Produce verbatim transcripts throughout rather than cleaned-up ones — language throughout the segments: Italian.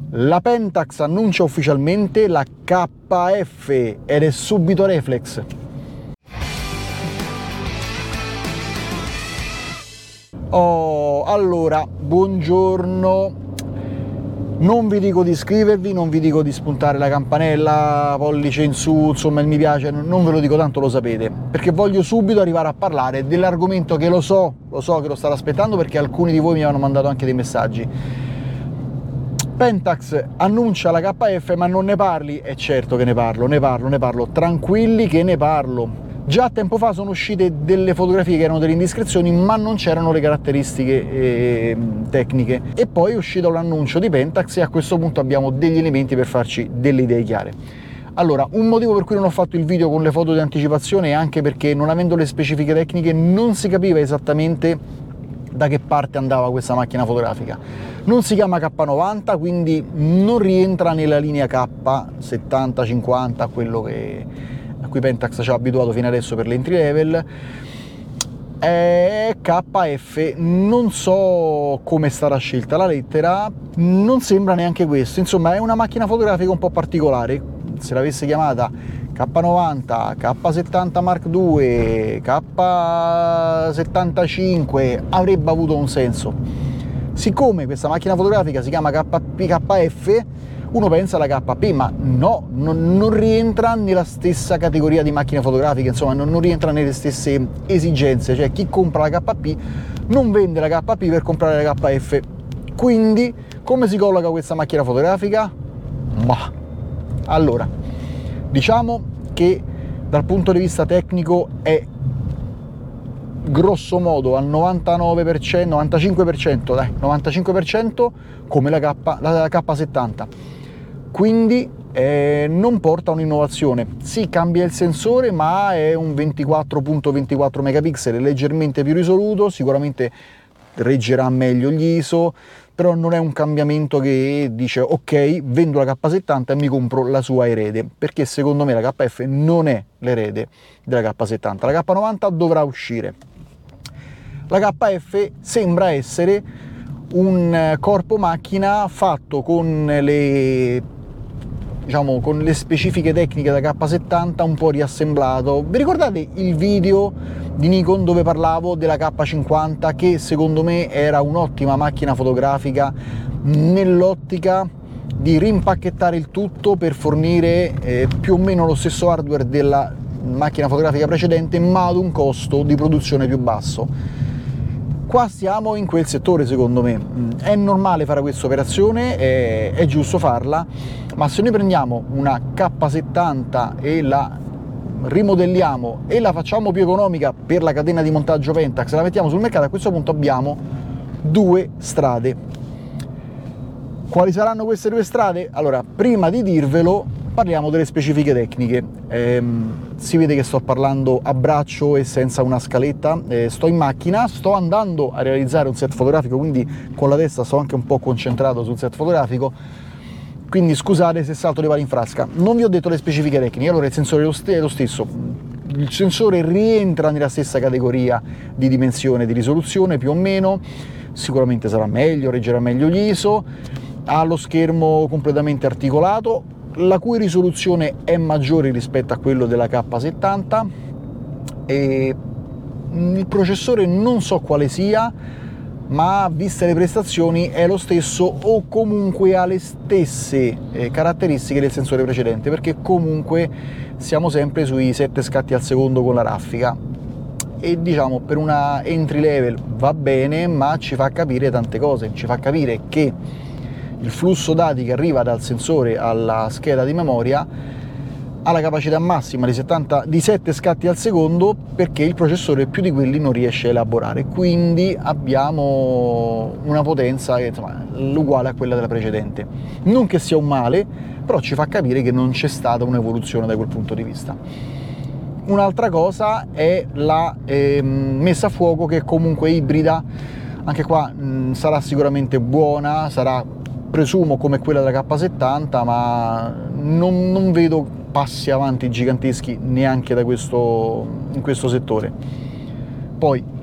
La Pentax annuncia ufficialmente la K F ed è subito reflex. Oh, allora, buongiorno. Non vi dico di iscrivervi, non vi dico di spuntare la campanella, pollice in su, insomma il mi piace, non ve lo dico, tanto lo sapete, perché voglio subito arrivare a parlare dell'argomento che lo so, lo so che lo state aspettando, perché alcuni di voi mi hanno mandato anche dei messaggi. Pentax annuncia la K F, ma non ne parli? E certo che ne parlo, ne parlo, ne parlo, tranquilli che ne parlo. Già tempo fa sono uscite delle fotografie che erano delle indiscrezioni, ma non c'erano le caratteristiche eh, tecniche. E poi è uscito l'annuncio di Pentax e a questo punto abbiamo degli elementi per farci delle idee chiare. Allora, un motivo per cui non ho fatto il video con le foto di anticipazione è anche perché, non avendo le specifiche tecniche, non si capiva esattamente da che parte andava questa macchina fotografica. Non si chiama K novanta, quindi non rientra nella linea K settanta cinquanta, quello che, a cui Pentax ci ha abituato fino adesso per le entry level. È K F, non so come è stata scelta la lettera, non sembra neanche questo, insomma è una macchina fotografica un po' particolare. Se l'avesse chiamata K novanta, K settanta Mark due, K settantacinque avrebbe avuto un senso. Siccome questa macchina fotografica si chiama K P K F, uno pensa alla K P, ma no, non, non rientra nella stessa categoria di macchine fotografiche, insomma non, non rientra nelle stesse esigenze, cioè chi compra la K P non vende la K P per comprare la K F. Quindi come si colloca questa macchina fotografica? Ma allora, diciamo che dal punto di vista tecnico è grosso modo al novantanove per cento, novantacinque per cento, dai, novantacinque per cento come la, K, la K settanta. Quindi eh, non porta un'innovazione. Sì, cambia il sensore, ma è un ventiquattro virgola ventiquattro megapixel, leggermente più risoluto, sicuramente reggerà meglio gli I S O, però non è un cambiamento che dice ok, vendo la K settanta e mi compro la sua erede, perché secondo me la K F non è l'erede della K settanta. La K novanta dovrà uscire. La K F sembra essere un corpo macchina fatto con le, diciamo, con le specifiche tecniche da K settanta un po' riassemblato. Vi ricordate il video di Nikon dove parlavo della K cinquanta, che secondo me era un'ottima macchina fotografica nell'ottica di rimpacchettare il tutto per fornire eh, più o meno lo stesso hardware della macchina fotografica precedente, ma ad un costo di produzione più basso? Qua siamo in quel settore, secondo me. È normale fare questa operazione, è, è giusto farla, ma se noi prendiamo una K settanta e la rimodelliamo e la facciamo più economica per la catena di montaggio Pentax, la mettiamo sul mercato, a questo punto abbiamo due strade. Quali saranno queste due strade? Allora, prima di dirvelo, parliamo delle specifiche tecniche. Ehm, si vede che sto parlando a braccio e senza una scaletta, eh, sto in macchina, sto andando a realizzare un set fotografico, quindi con la testa sto anche un po' concentrato sul set fotografico, quindi scusate se salto le pali in frasca. Non vi ho detto le specifiche tecniche. Allora, il sensore è lo stesso, il sensore rientra nella stessa categoria di dimensione, di risoluzione più o meno, sicuramente sarà meglio, reggerà meglio gli I S O, ha lo schermo completamente articolato, la cui risoluzione è maggiore rispetto a quello della K settanta, e il processore non so quale sia, ma viste le prestazioni è lo stesso o comunque ha le stesse eh, caratteristiche del sensore precedente, perché comunque siamo sempre sui sette scatti al secondo con la raffica, e diciamo per una entry level va bene, ma ci fa capire tante cose. Ci fa capire che il flusso dati che arriva dal sensore alla scheda di memoria ha la capacità massima di, settanta, di sette scatti al secondo, perché il processore più di quelli non riesce a elaborare, quindi abbiamo una potenza che insomma è uguale a quella della precedente. Non che sia un male, però ci fa capire che non c'è stata un'evoluzione da quel punto di vista. Un'altra cosa è la eh, messa a fuoco, che è comunque ibrida. Anche qua mh, sarà sicuramente buona, sarà presumo come quella della K settanta, ma non, non vedo passi avanti giganteschi neanche da questo, in questo settore. Poi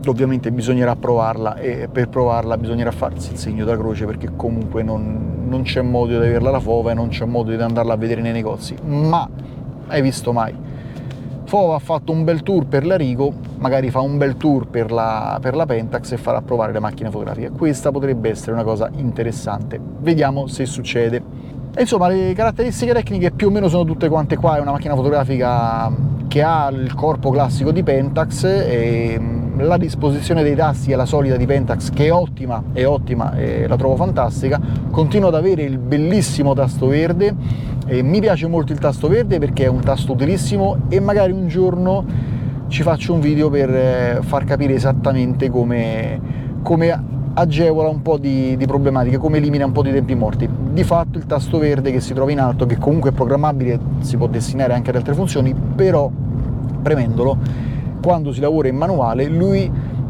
ovviamente bisognerà provarla, e per provarla bisognerà farsi il segno da croce, perché comunque non, non c'è modo di averla la Fova e non c'è modo di andarla a vedere nei negozi. Ma hai visto mai? Fova ha fatto un bel tour per la Ricoh, magari fa un bel tour per la, per la Pentax e farà provare le macchine fotografiche. Questa potrebbe essere una cosa interessante, vediamo se succede. E insomma, le caratteristiche tecniche più o meno sono tutte quante qua. È una macchina fotografica che ha il corpo classico di Pentax e la disposizione dei tasti è la solita di Pentax, che è ottima, è ottima e la trovo fantastica. Continuo ad avere il bellissimo tasto verde e mi piace molto il tasto verde perché è un tasto utilissimo, e magari un giorno ci faccio un video per far capire esattamente come, come agevola un po' di, di problematiche, come elimina un po' di tempi morti. Di fatto il tasto verde che si trova in alto, che comunque è programmabile, si può destinare anche ad altre funzioni, però premendolo, quando si lavora in manuale, lui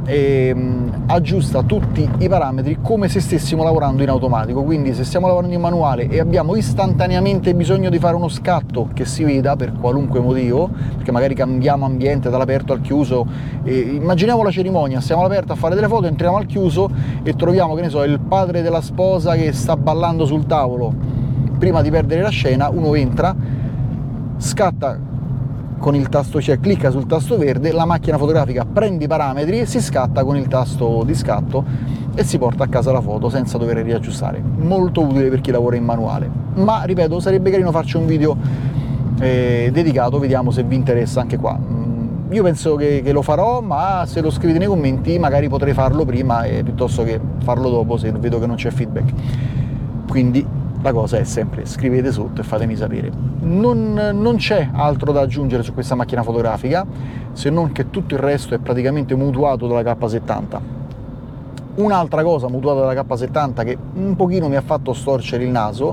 ehm, aggiusta tutti i parametri come se stessimo lavorando in automatico. Quindi se stiamo lavorando in manuale e abbiamo istantaneamente bisogno di fare uno scatto che si veda per qualunque motivo, perché magari cambiamo ambiente dall'aperto al chiuso, e immaginiamo la cerimonia, stiamo all'aperto a fare delle foto, entriamo al chiuso e troviamo, che ne so, il padre della sposa che sta ballando sul tavolo prima di perdere la scena. Uno entra, scatta con il tasto, cioè clicca sul tasto verde, la macchina fotografica prende i parametri e si scatta con il tasto di scatto e si porta a casa la foto senza dover riaggiustare. Molto utile per chi lavora in manuale, ma ripeto, sarebbe carino farci un video eh, dedicato, vediamo se vi interessa anche qua. Io penso che, che lo farò, ma se lo scrivete nei commenti magari potrei farlo prima eh, piuttosto che farlo dopo, se vedo che non c'è feedback. Quindi la cosa è sempre: scrivete sotto e fatemi sapere. Non, non c'è altro da aggiungere su questa macchina fotografica, se non che tutto il resto è praticamente mutuato dalla K settanta. Un'altra cosa mutuata dalla K settanta che un pochino mi ha fatto storcere il naso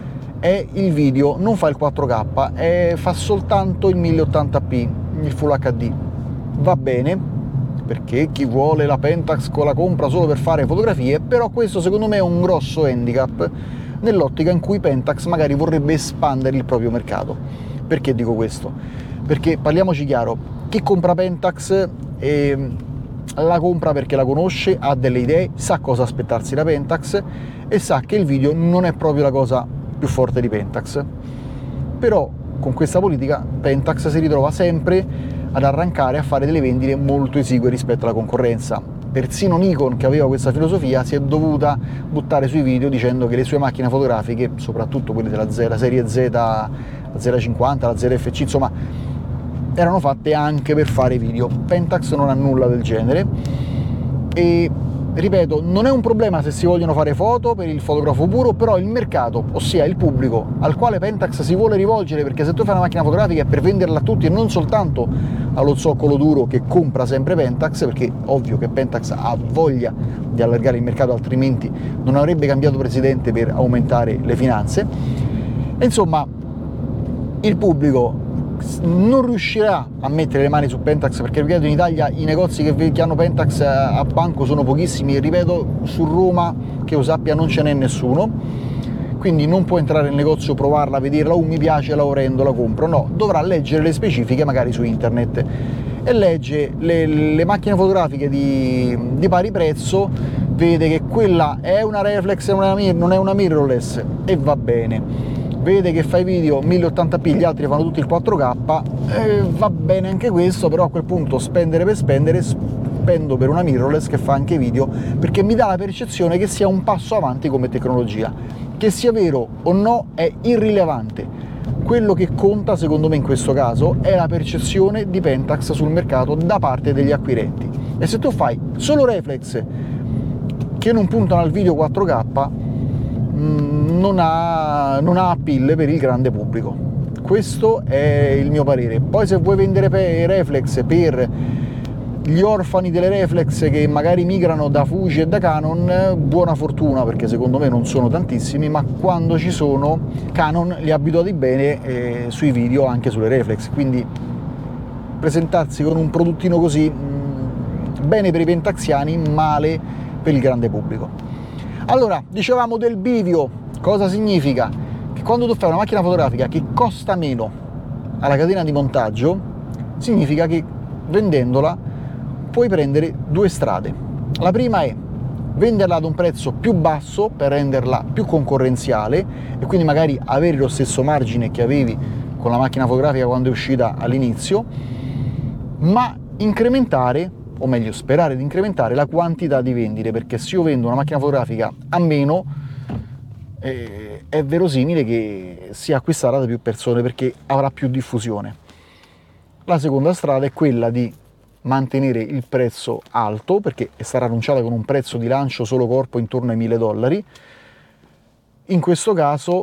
è il video. Non fa il quattro K, è, fa soltanto il mille ottanta p, il Full H D. Va bene, perché chi vuole la Pentax la compra solo per fare fotografie, però questo secondo me è un grosso handicap nell'ottica in cui Pentax magari vorrebbe espandere il proprio mercato. Perché dico questo? Perché, parliamoci chiaro, chi compra Pentax eh, la compra perché la conosce, ha delle idee, sa cosa aspettarsi da Pentax e sa che il video non è proprio la cosa più forte di Pentax. Però con questa politica Pentax si ritrova sempre ad arrancare a fare delle vendite molto esigue rispetto alla concorrenza. Persino Nikon, che aveva questa filosofia, si è dovuta buttare sui video dicendo che le sue macchine fotografiche, soprattutto quelle della Z, la serie Z, la Z cinquanta, la Z F C, insomma, erano fatte anche per fare video. Pentax non ha nulla del genere e, ripeto, non è un problema se si vogliono fare foto per il fotografo puro, però il mercato, ossia il pubblico al quale Pentax si vuole rivolgere, perché se tu fai una macchina fotografica è per venderla a tutti e non soltanto allo zoccolo duro che compra sempre Pentax, perché ovvio che Pentax ha voglia di allargare il mercato, altrimenti non avrebbe cambiato presidente per aumentare le finanze. E insomma, il pubblico non riuscirà a mettere le mani su Pentax, perché ripeto, in Italia i negozi che, che hanno Pentax a banco sono pochissimi, e ripeto, su Roma che io sappia non ce n'è nessuno, quindi non può entrare nel negozio, provarla, vederla, oh mi piace, la vorrendo, la compro. No, dovrà leggere le specifiche magari su internet, e legge le, le macchine fotografiche di, di pari prezzo, vede che quella è una reflex e non è una mirrorless e va bene, vede che fa i video mille ottanta p, gli altri fanno tutti il quattro K, e va bene anche questo, però a quel punto spendere per spendere, spendo per una mirrorless che fa anche video, perché mi dà la percezione che sia un passo avanti come tecnologia. Che sia vero o no è irrilevante, quello che conta secondo me in questo caso è la percezione di Pentax sul mercato da parte degli acquirenti. E se tu fai solo reflex che non puntano al video quattro K, non ha, non ha appeal per il grande pubblico. Questo è il mio parere. Poi se vuoi vendere per reflex per gli orfani delle reflex che magari migrano da Fuji e da Canon, buona fortuna, perché secondo me non sono tantissimi, ma quando ci sono Canon li ha abituati bene eh, sui video, anche sulle reflex, quindi presentarsi con un produttino così mh, bene per i pentaxiani, male per il grande pubblico. Allora, dicevamo del bivio. Cosa significa? Che quando tu fai una macchina fotografica che costa meno alla catena di montaggio, significa che vendendola puoi prendere due strade. La prima è venderla ad un prezzo più basso per renderla più concorrenziale e quindi magari avere lo stesso margine che avevi con la macchina fotografica quando è uscita all'inizio, ma incrementare, o meglio sperare di incrementare la quantità di vendite, perché se io vendo una macchina fotografica a meno eh, è verosimile che sia acquistata da più persone perché avrà più diffusione. La seconda strada è quella di mantenere il prezzo alto, perché sarà annunciata con un prezzo di lancio solo corpo intorno ai mille dollari. In questo caso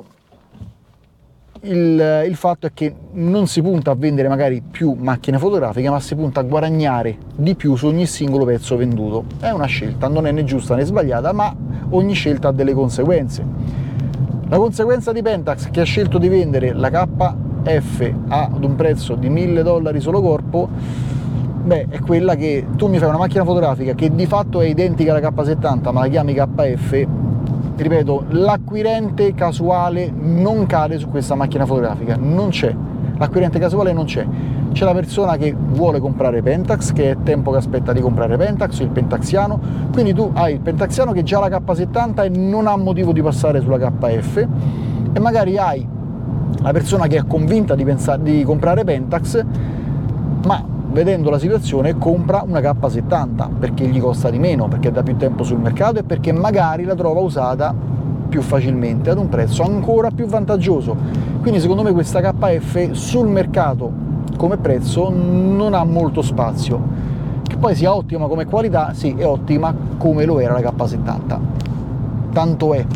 il, il fatto è che non si punta a vendere magari più macchine fotografiche, ma si punta a guadagnare di più su ogni singolo pezzo venduto. È una scelta, non è né giusta né sbagliata, ma ogni scelta ha delle conseguenze. La conseguenza di Pentax, che ha scelto di vendere la K F ad un prezzo di mille dollari solo corpo, beh, è quella che tu mi fai una macchina fotografica che di fatto è identica alla K settanta, ma la chiami K F, ripeto, l'acquirente casuale non cade su questa macchina fotografica, non c'è, l'acquirente casuale non c'è. C'è la persona che vuole comprare Pentax, che è tempo che aspetta di comprare Pentax, il pentaxiano, quindi tu hai il pentaxiano che già ha la K settanta e non ha motivo di passare sulla K F, e magari hai la persona che è convinta di, pensare, di comprare Pentax, ma vedendo la situazione compra una K settanta perché gli costa di meno, perché è da più tempo sul mercato e perché magari la trova usata più facilmente ad un prezzo ancora più vantaggioso. Quindi secondo me questa K F sul mercato come prezzo non ha molto spazio. Che poi sia ottima come qualità, sì, è ottima come lo era la K settanta, tanto è.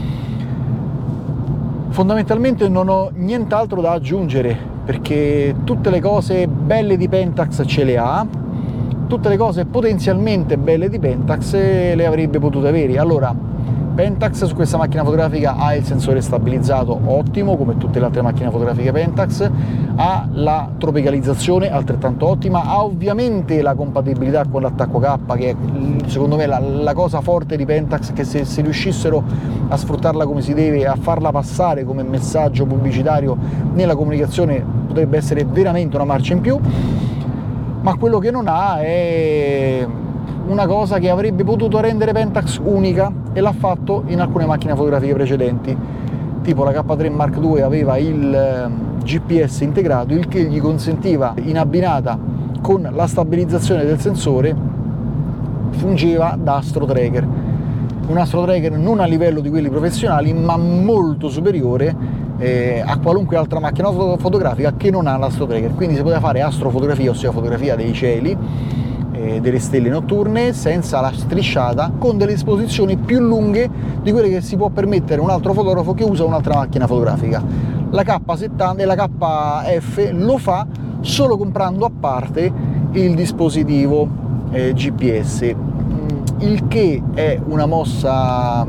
Fondamentalmente non ho nient'altro da aggiungere, perché tutte le cose belle di Pentax ce le ha, tutte le cose potenzialmente belle di Pentax le avrebbe potute avere. Allora, Pentax su questa macchina fotografica ha il sensore stabilizzato ottimo, come tutte le altre macchine fotografiche Pentax, ha la tropicalizzazione altrettanto ottima, ha ovviamente la compatibilità con l'attacco K, che è secondo me la, la cosa forte di Pentax, che se, se riuscissero a sfruttarla come si deve, a farla passare come messaggio pubblicitario nella comunicazione, potrebbe essere veramente una marcia in più. Ma quello che non ha è una cosa che avrebbe potuto rendere Pentax unica, e l'ha fatto in alcune macchine fotografiche precedenti, tipo la K tre Mark due aveva il G P S integrato, il che gli consentiva, in abbinata con la stabilizzazione del sensore, fungeva da astro tracker, un astro tracker non a livello di quelli professionali, ma molto superiore eh, a qualunque altra macchina fotografica che non ha l'astro tracker. Quindi si poteva fare astrofotografia, ossia fotografia dei cieli, delle stelle notturne, senza la strisciata, con delle esposizioni più lunghe di quelle che si può permettere un altro fotografo che usa un'altra macchina fotografica. La K settanta e la K F lo fa solo comprando a parte il dispositivo eh, G P S, il che è una mossa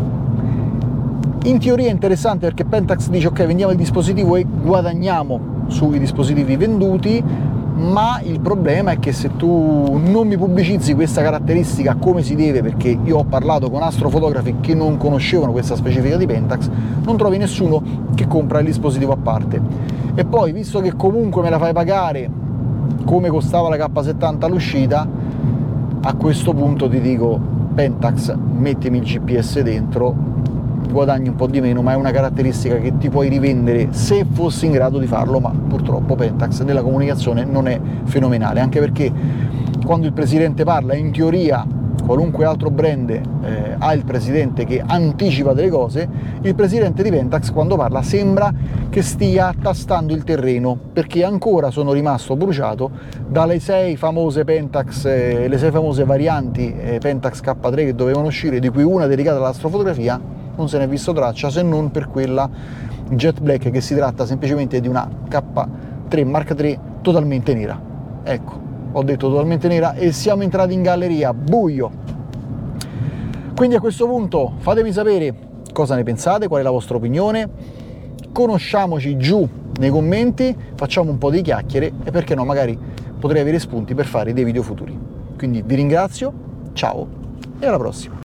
in teoria interessante, perché Pentax dice ok, vendiamo il dispositivo e guadagniamo sui dispositivi venduti, ma il problema è che se tu non mi pubblicizzi questa caratteristica come si deve, perché io ho parlato con astrofotografi che non conoscevano questa specifica di Pentax, non trovi nessuno che compra il dispositivo a parte. E poi, visto che comunque me la fai pagare come costava la K settanta all'uscita, a questo punto ti dico Pentax, mettimi il G P S dentro, guadagni un po' di meno, ma è una caratteristica che ti puoi rivendere se fossi in grado di farlo. Ma purtroppo Pentax nella comunicazione non è fenomenale, anche perché quando il presidente parla, in teoria qualunque altro brand eh, ha il presidente che anticipa delle cose, il presidente di Pentax quando parla sembra che stia tastando il terreno, perché ancora sono rimasto bruciato dalle sei famose Pentax, eh, le sei famose varianti eh, Pentax K tre che dovevano uscire, di cui una dedicata all'astrofotografia. Non se ne è visto traccia, se non per quella Jet Black, che si tratta semplicemente di una K tre Mark tre totalmente nera. Ecco, ho detto totalmente nera e siamo entrati in galleria, buio. Quindi a questo punto fatemi sapere cosa ne pensate, qual è la vostra opinione, conosciamoci giù nei commenti, facciamo un po' di chiacchiere e perché no, magari potrei avere spunti per fare dei video futuri. Quindi vi ringrazio, ciao e alla prossima.